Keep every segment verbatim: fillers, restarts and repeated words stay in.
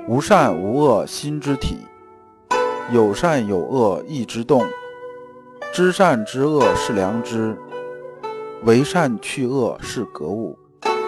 无善无恶心之体，有善有恶意之动。知善知恶是良知，为善去恶是格物。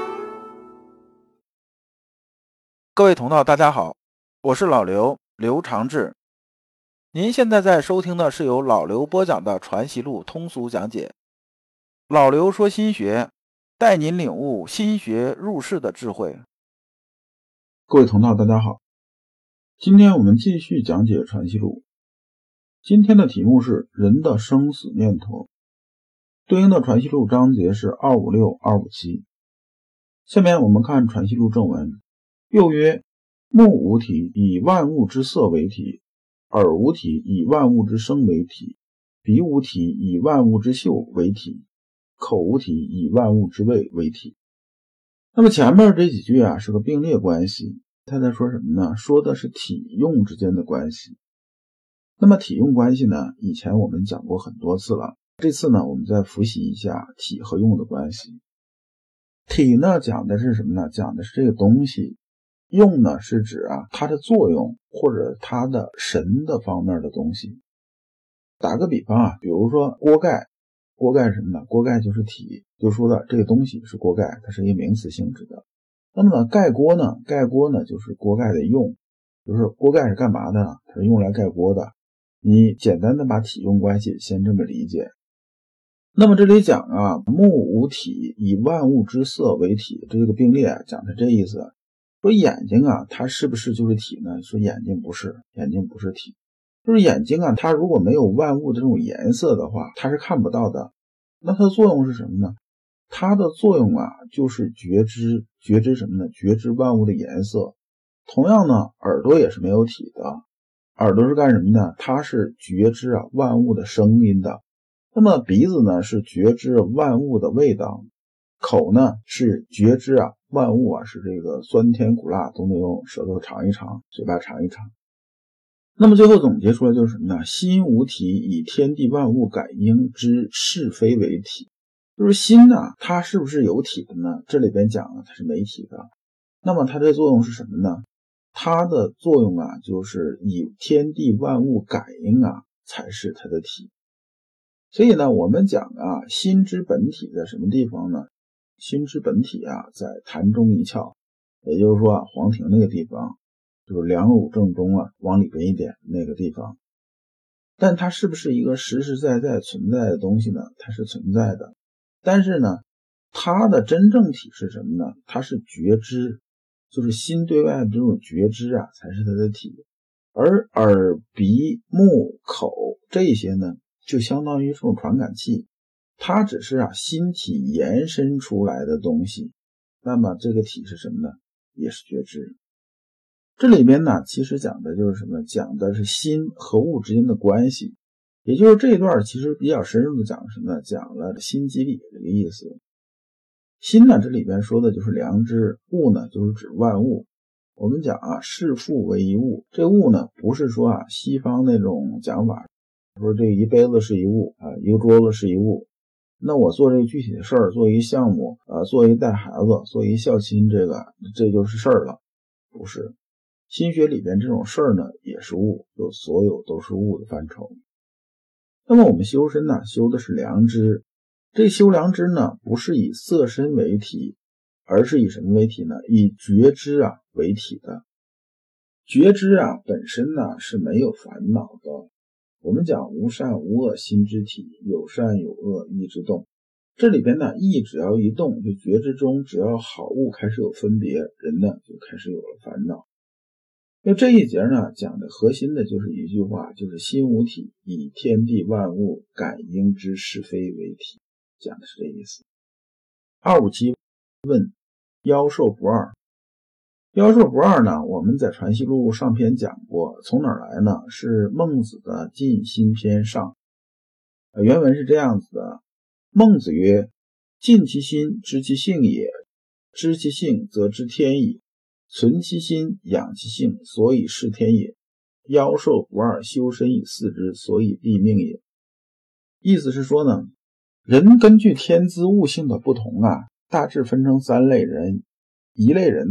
各位同道大家好，我是老刘，刘长志。您现在在收听的是由老刘播讲的《传习录》通俗讲解。老刘说心学，带您领悟心学入世的智慧。 各位同道大家好，今天我们继续讲解《传习录》。今天的题目是人的生死念头，对应的《传习录》章节是二五六、二五七。下面我们看《传习录》正文。又曰：目无体，以万物之色为体；耳无体，以万物之声为体；鼻无体，以万物之嗅为体；口无体，以万物之味为体。那么前面这几句啊是个并列关系，他在说什么呢？说的是体用之间的关系。那么体用关系呢，以前我们讲过很多次了，这次呢我们再复习一下体和用的关系。体呢讲的是什么呢？讲的是这个东西。用呢是指啊它的作用或者它的神的方面的东西。打个比方啊，比如说锅盖，锅盖是什么呢？锅盖就是体，就说的这个东西是锅盖，它是一个名词性质的。那么呢盖锅呢，盖锅呢就是锅盖的用，就是锅盖是干嘛的呢？它是用来盖锅的。你简单的把体用关系先这么理解。那么这里讲啊，目无体，以万物之色为体，这个并列啊讲的这意思。说眼睛啊它是不是就是体呢？说眼睛不是，眼睛不是体。就是眼睛啊它如果没有万物的这种颜色的话，它是看不到的。那它的作用是什么呢？它的作用啊就是觉知，觉知什么呢？觉知万物的颜色。同样呢耳朵也是没有体的，耳朵是干什么呢？它是觉知啊万物的声音的。那么鼻子呢是觉知万物的味道，口呢是觉知啊万物啊是这个酸甜苦辣都能用舌头尝一尝，嘴巴尝一尝。那么最后总结出来就是什么呢？心无体，以天地万物感应之是非为体。就是心呢它是不是有体的呢？这里边讲了它是没体的。那么它的作用是什么呢？它的作用啊就是以天地万物感应啊才是它的体。所以呢我们讲啊心之本体在什么地方呢？心之本体啊在潭中一窍，也就是说啊黄庭那个地方，就是两乳正中啊往里边一点那个地方。但它是不是一个实实在在存在的东西呢？它是存在的。但是呢它的真正体是什么呢？它是觉知，就是心对外的这种觉知啊才是它的体。而耳鼻目口这些呢就相当于这种传感器，它只是啊心体延伸出来的东西。那么这个体是什么呢？也是觉知。这里边呢其实讲的就是什么？讲的是心和物之间的关系。也就是这一段其实比较深入的讲什么呢？讲了心即理这个意思。心呢这里边说的就是良知，物呢就是指万物。我们讲啊视父为一物，这物呢不是说啊西方那种讲法，说这一杯子是一物啊，一个桌子是一物。那我做这个具体的事儿，做一个项目啊，做一带孩子，做一孝亲，这个这就是事儿了。不是，心学里边这种事儿呢也是物，就所有都是物的范畴。那么我们修身呢修的是良知，这修良知呢不是以色身为体，而是以什么为体呢？以觉知啊为体的。觉知啊本身呢是没有烦恼的。我们讲无善无恶心之体，有善有恶意之动。这里边呢意只要一动，就觉知中只要好恶开始有分别，人呢就开始有了烦恼。那这一节呢讲的核心的就是一句话，就是心无体，以天地万物感应之是非为体，讲的是这意思。二五七问妖兽不二。妖兽不二呢我们在传习录上篇讲过，从哪儿来呢？是孟子的尽心篇上。原文是这样子的：孟子曰，尽其心知其性也，知其性则知天矣，存其心养其性，所以是天也。妖兽不二，修身以祀之，所以毙命也。意思是说呢，人根据天资悟性的不同啊，大致分成三类人。一类人呢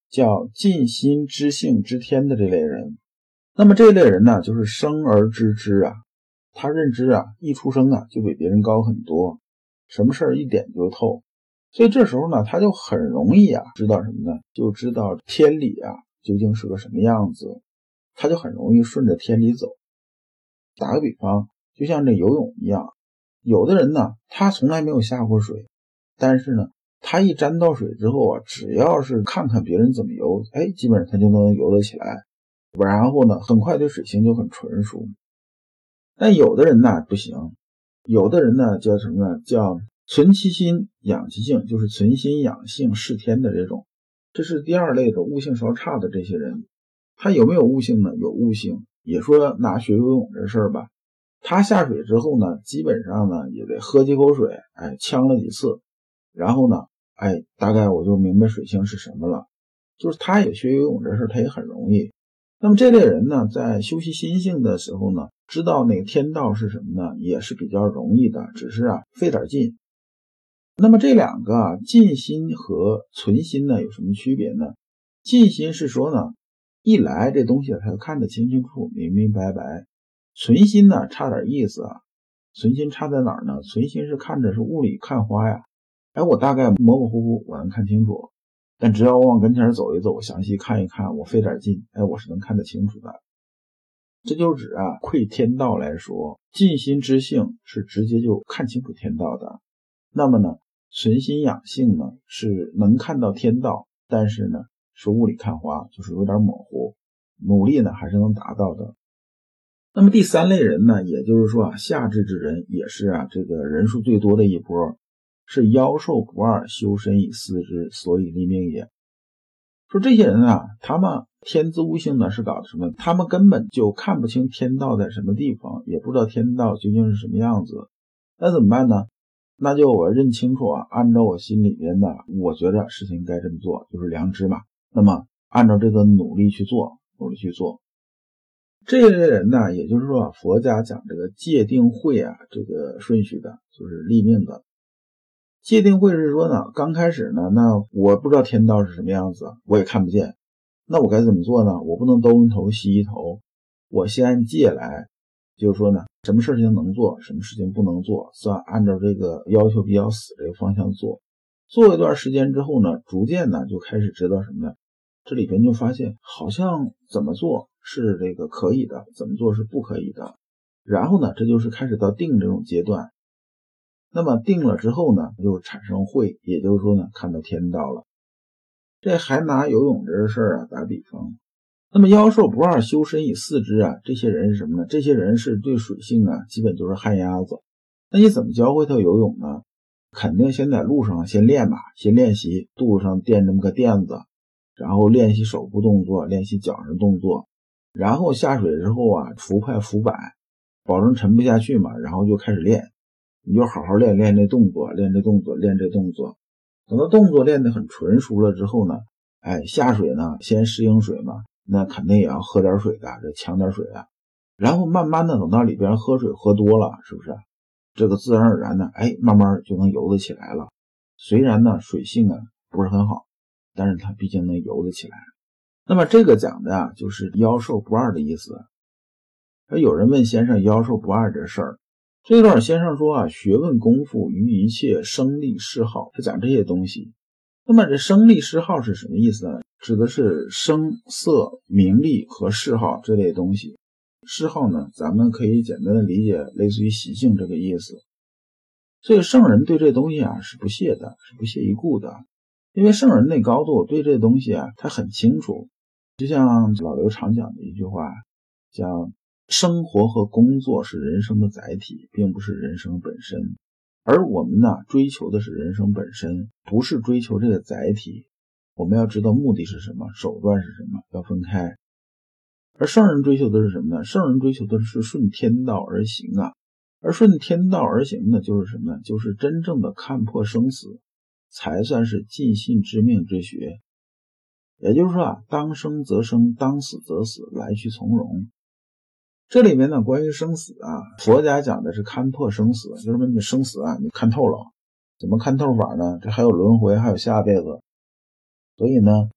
叫尽心知性知天的这类人。那么这类人呢，就是生而知之啊，他认知啊一出生啊就比别人高很多，什么事儿一点就透。所以这时候呢，他就很容易啊知道什么呢？就知道天理啊究竟是个什么样子，他就很容易顺着天理走。打个比方，就像这游泳一样，有的人呢他从来没有下过水，但是呢他一沾到水之后啊，只要是看看别人怎么游，哎，基本上他就能游得起来，然后呢很快对水性就很纯熟。但有的人呢不行，有的人呢叫什么呢？叫存其心养其性，就是存心养性视天的这种，这是第二类的悟性稍差的这些人。他有没有悟性呢？有悟性。也说拿学游泳这事儿吧，他下水之后呢，基本上呢也得喝几口水，哎，呛了几次，然后呢，哎，大概我就明白水性是什么了。就是他也学游泳这事儿，他也很容易。那么这类人呢，在修习心性的时候呢，知道那个天道是什么呢，也是比较容易的，只是啊费点劲。那么这两个啊，尽心和存心呢有什么区别呢？尽心是说呢，一来这东西他就看得清清楚楚明明白白，存心呢差点意思啊。存心差在哪儿呢？存心是看着是雾里看花呀，哎，我大概模模糊糊我能看清楚，但只要我往跟前走一走，我详细看一看，我费点劲，哎，我是能看得清楚的。这就指啊窥天道来说，尽心知性是直接就看清楚天道的。那么呢存心养性呢是能看到天道，但是呢是雾里看花，就是有点模糊，努力呢还是能达到的。那么第三类人呢，也就是说啊下智之人，也是啊这个人数最多的一波，是妖兽不二，修身以思之，所以立命也。说这些人啊，他们天资悟性呢是搞的什么？他们根本就看不清天道在什么地方，也不知道天道究竟是什么样子。那怎么办呢？那就我认清楚啊，按照我心里边的，我觉得事情该这么做，就是良知嘛。那么按照这个努力去做，努力去做。这类人呢，也就是说佛家讲这个戒定慧啊，这个顺序的，就是立命的。戒定慧是说呢，刚开始呢，那我不知道天道是什么样子，我也看不见，那我该怎么做呢？我不能东一头西一头，我先按戒来，就是说呢，什么事情能做，什么事情不能做，算按照这个要求比较死这个方向做。做一段时间之后呢，逐渐呢就开始知道什么呢？这里边就发现好像怎么做是这个可以的，怎么做是不可以的。然后呢，这就是开始到定这种阶段。那么定了之后呢，就产生慧，也就是说呢，看到天道了。这还拿游泳这事儿啊打比方。那么妖兽不二，修身以四之啊，这些人是什么呢？这些人是对水性啊，基本就是旱鸭子。那你怎么教会他游泳呢？肯定先在路上先练吧，先练习肚子上垫这么个垫子，然后练习手部动作，练习脚上动作，然后下水之后啊，浮快浮板，保证沉不下去嘛，然后就开始练。你就好好练练这动作，练这动作，练这动作。等到动作练得很纯熟了之后呢，哎，下水呢，先适应水嘛，那肯定也要喝点水的，这抢点水啊。然后慢慢的等到里边喝水喝多了，是不是？这个自然而然的，哎，慢慢就能游得起来了。虽然呢，水性啊不是很好，但是它毕竟能游得起来。那么这个讲的啊，就是妖兽不二的意思。有人问先生妖兽不二这事儿，这段先生说啊，学问功夫于一切生利嗜好，他讲这些东西。那么这生利嗜好是什么意思呢？指的是声色名利和嗜好这类东西。嗜好呢，咱们可以简单的理解类似于习性这个意思。所以圣人对这东西啊是不屑的，是不屑一顾的。因为圣人那高度对这东西啊他很清楚。就像老刘常讲的一句话，叫生活和工作是人生的载体，并不是人生本身。而我们呢，追求的是人生本身，不是追求这个载体。我们要知道目的是什么，手段是什么，要分开。而圣人追求的是什么呢？圣人追求的是顺天道而行啊。而顺天道而行呢，就是什么呢？就是真正的看破生死，才算是尽信知命之学。也就是说啊，当生则生，当死则死，来去从容。这里面呢，关于生死啊，佛家讲的是看破生死，就是说你生死啊，你看透了。怎么看透法呢？这还有轮回，还有下辈子。所以呢，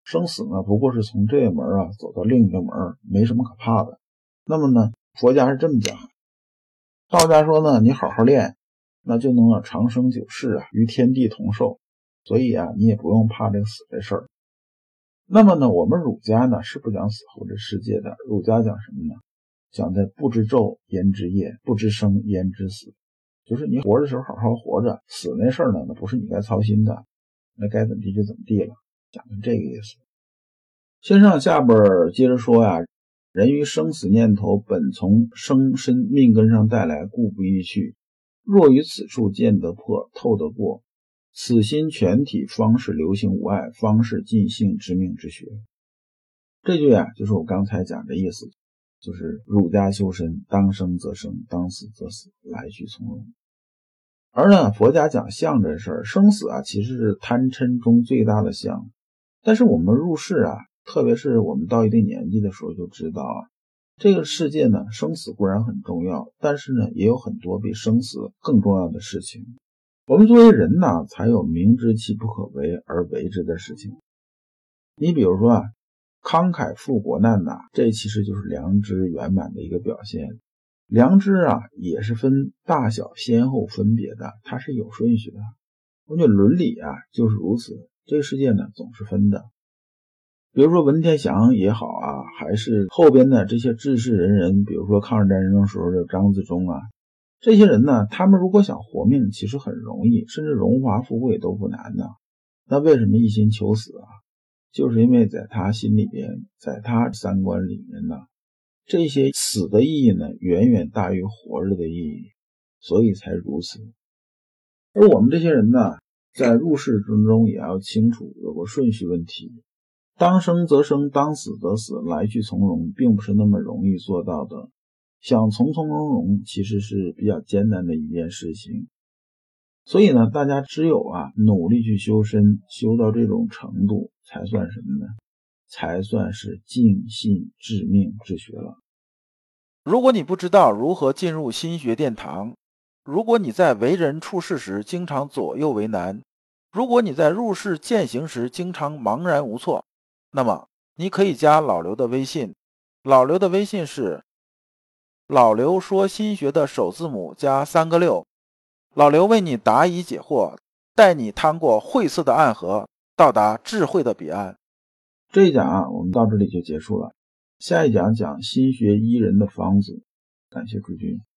生死呢不过是从这个门啊走到另一个门，没什么可怕的。那么呢，佛家是这么讲，道家说呢，你好好练，那就能长生久世啊，与天地同寿。所以啊，你也不用怕这个死这事儿。那么呢，我们儒家呢是不讲死后这世界的，儒家讲什么呢？讲在不知昼焉知夜，不知生焉知死。就是你活的时候好好活着，死那事儿呢，那不是你该操心的，那该怎么地就怎么地了，讲的这个意思。先上下边接着说呀，人于生死念头本从生身命根上带来，故不易去。若于此处见得破，透得过，此心全体方是流行无碍，方是尽性之命之学。这句啊，就是我刚才讲的意思，就是儒家修身，当生则生，当死则死，来去从容。而呢，佛家讲相这事儿，生死啊，其实是贪嗔中最大的相。但是我们入世啊，特别是我们到一定年纪的时候就知道啊，这个世界呢，生死固然很重要，但是呢，也有很多比生死更重要的事情。我们作为人呢，才有明知其不可为而为之的事情。你比如说啊，慷慨赴国难呐、啊，这其实就是良知圆满的一个表现。良知啊，也是分大小先后分别的，它是有顺序的。我觉得伦理啊，就是如此。这个世界呢，总是分的。比如说文天祥也好啊，还是后边的这些志士仁人，比如说抗日战争的时候的张自忠啊，这些人呢，他们如果想活命，其实很容易，甚至荣华富贵都不难呢。那为什么一心求死啊？就是因为在他心里边，在他三观里面呢，这些死的意义呢，远远大于活着的意义，所以才如此。而我们这些人呢，在入世之中也要清楚有个顺序问题，当生则生，当死则死，来去从容，并不是那么容易做到的。想从从容容，其实是比较艰难的一件事情。所以呢，大家只有啊努力去修身，修到这种程度，才算什么呢？才算是尽信致命之学了。 如果你不知道如何进入心学殿堂，如果你在为人处事时经常左右为难，如果你在入世践行时经常茫然无措，那么你可以加老刘的微信，老刘的微信是老刘说心学的首字母加三个六，老刘为你答疑解惑，带你趟过晦涩的暗河，到达智慧的彼岸。 这一讲啊，我们到这里就结束了。下一讲讲心学医人的方子。感谢诸君。